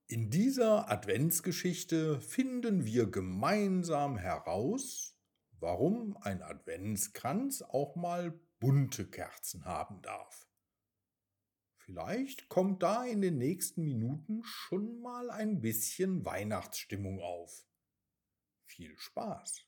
In dieser Adventsgeschichte finden wir gemeinsam heraus, warum ein Adventskranz auch mal bunte Kerzen haben darf. Vielleicht kommt da in den nächsten Minuten schon mal ein bisschen Weihnachtsstimmung auf. Viel Spaß!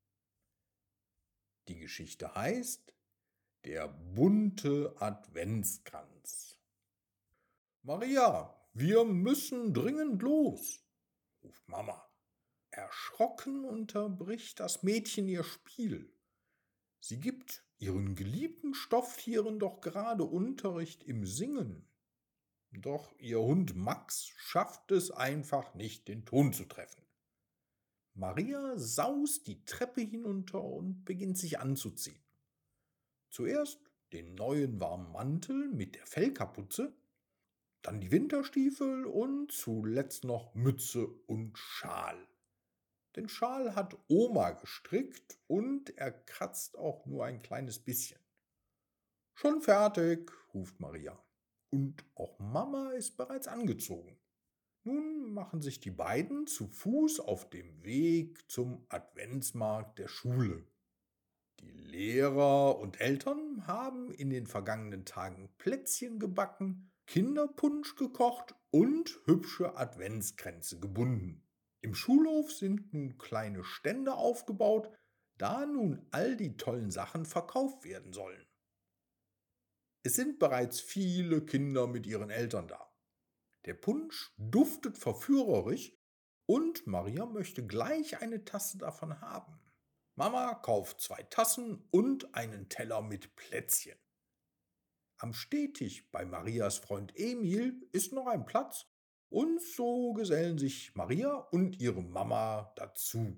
Die Geschichte heißt Der bunte Adventskranz. Maria, wir müssen dringend los, ruft Mama. Erschrocken unterbricht das Mädchen ihr Spiel. Sie gibt ihren geliebten Stofftieren doch gerade Unterricht im Singen. Doch ihr Hund Max schafft es einfach nicht, den Ton zu treffen. Maria saust die Treppe hinunter und beginnt sich anzuziehen. Zuerst den neuen warmen Mantel mit der Fellkapuze, dann die Winterstiefel und zuletzt noch Mütze und Schal. Den Schal hat Oma gestrickt und er kratzt auch nur ein kleines bisschen. Schon fertig, ruft Maria. Und auch Mama ist bereits angezogen. Nun machen sich die beiden zu Fuß auf dem Weg zum Adventsmarkt der Schule. Die Lehrer und Eltern haben in den vergangenen Tagen Plätzchen gebacken, Kinderpunsch gekocht und hübsche Adventskränze gebunden. Im Schulhof sind nun kleine Stände aufgebaut, da nun all die tollen Sachen verkauft werden sollen. Es sind bereits viele Kinder mit ihren Eltern da. Der Punsch duftet verführerisch und Maria möchte gleich eine Tasse davon haben. Mama kauft 2 Tassen und einen Teller mit Plätzchen. Am Stehtisch bei Marias Freund Emil ist noch ein Platz und so gesellen sich Maria und ihre Mama dazu.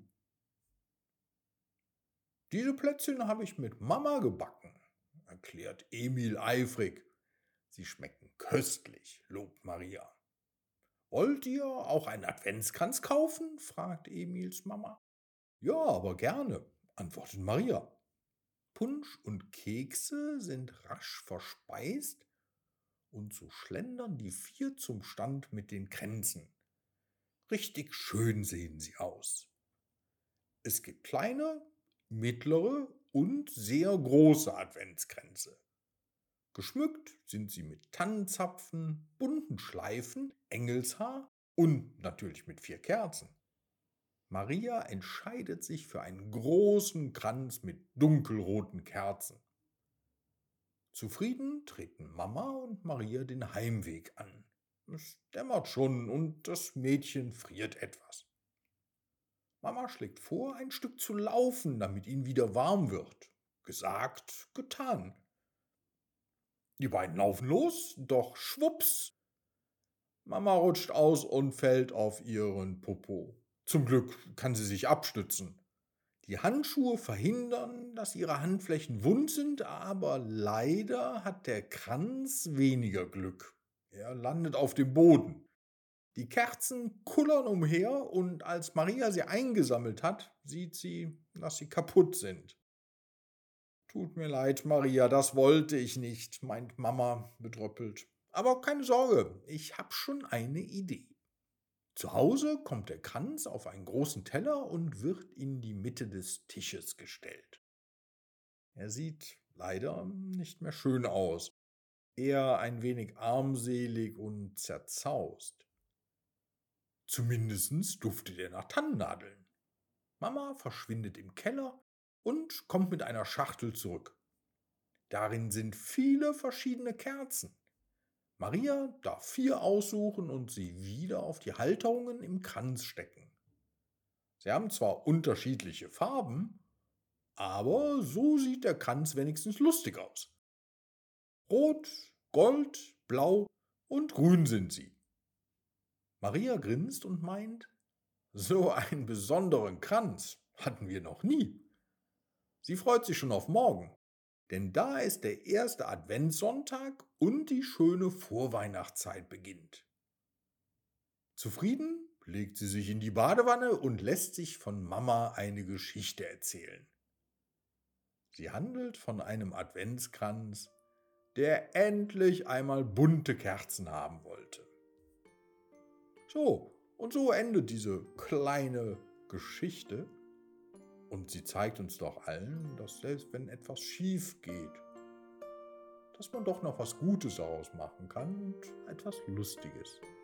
Diese Plätzchen habe ich mit Mama gebacken, erklärt Emil eifrig. Sie schmecken köstlich, lobt Maria. Wollt ihr auch einen Adventskranz kaufen? Fragt Emils Mama. Ja, aber gerne, antwortet Maria. Punsch und Kekse sind rasch verspeist und so schlendern die 4 zum Stand mit den Kränzen. Richtig schön sehen sie aus. Es gibt kleine, mittlere und sehr große Adventskränze. Geschmückt sind sie mit Tannenzapfen, bunten Schleifen, Engelshaar und natürlich mit 4 Kerzen. Maria entscheidet sich für einen großen Kranz mit dunkelroten Kerzen. Zufrieden treten Mama und Maria den Heimweg an. Es dämmert schon und das Mädchen friert etwas. Mama schlägt vor, ein Stück zu laufen, damit ihnen wieder warm wird. Gesagt, getan. Die beiden laufen los, doch schwupps, Mama rutscht aus und fällt auf ihren Popo. Zum Glück kann sie sich abstützen. Die Handschuhe verhindern, dass ihre Handflächen wund sind, aber leider hat der Kranz weniger Glück. Er landet auf dem Boden. Die Kerzen kullern umher und als Maria sie eingesammelt hat, sieht sie, dass sie kaputt sind. Tut mir leid, Maria, das wollte ich nicht, meint Mama bedröppelt. Aber keine Sorge, ich habe schon eine Idee. Zu Hause kommt der Kranz auf einen großen Teller und wird in die Mitte des Tisches gestellt. Er sieht leider nicht mehr schön aus, eher ein wenig armselig und zerzaust. Zumindest duftet er nach Tannennadeln. Mama verschwindet im Keller und kommt mit einer Schachtel zurück. Darin sind viele verschiedene Kerzen. Maria darf 4 aussuchen und sie wieder auf die Halterungen im Kranz stecken. Sie haben zwar unterschiedliche Farben, aber so sieht der Kranz wenigstens lustig aus. Rot, Gold, Blau und Grün sind sie. Maria grinst und meint, so einen besonderen Kranz hatten wir noch nie. Sie freut sich schon auf morgen, denn da ist der erste Adventssonntag und die schöne Vorweihnachtszeit beginnt. Zufrieden legt sie sich in die Badewanne und lässt sich von Mama eine Geschichte erzählen. Sie handelt von einem Adventskranz, der endlich einmal bunte Kerzen haben wollte. Und so endet diese kleine Geschichte. Und sie zeigt uns doch allen, dass selbst wenn etwas schief geht, dass man doch noch was Gutes daraus machen kann und etwas Lustiges.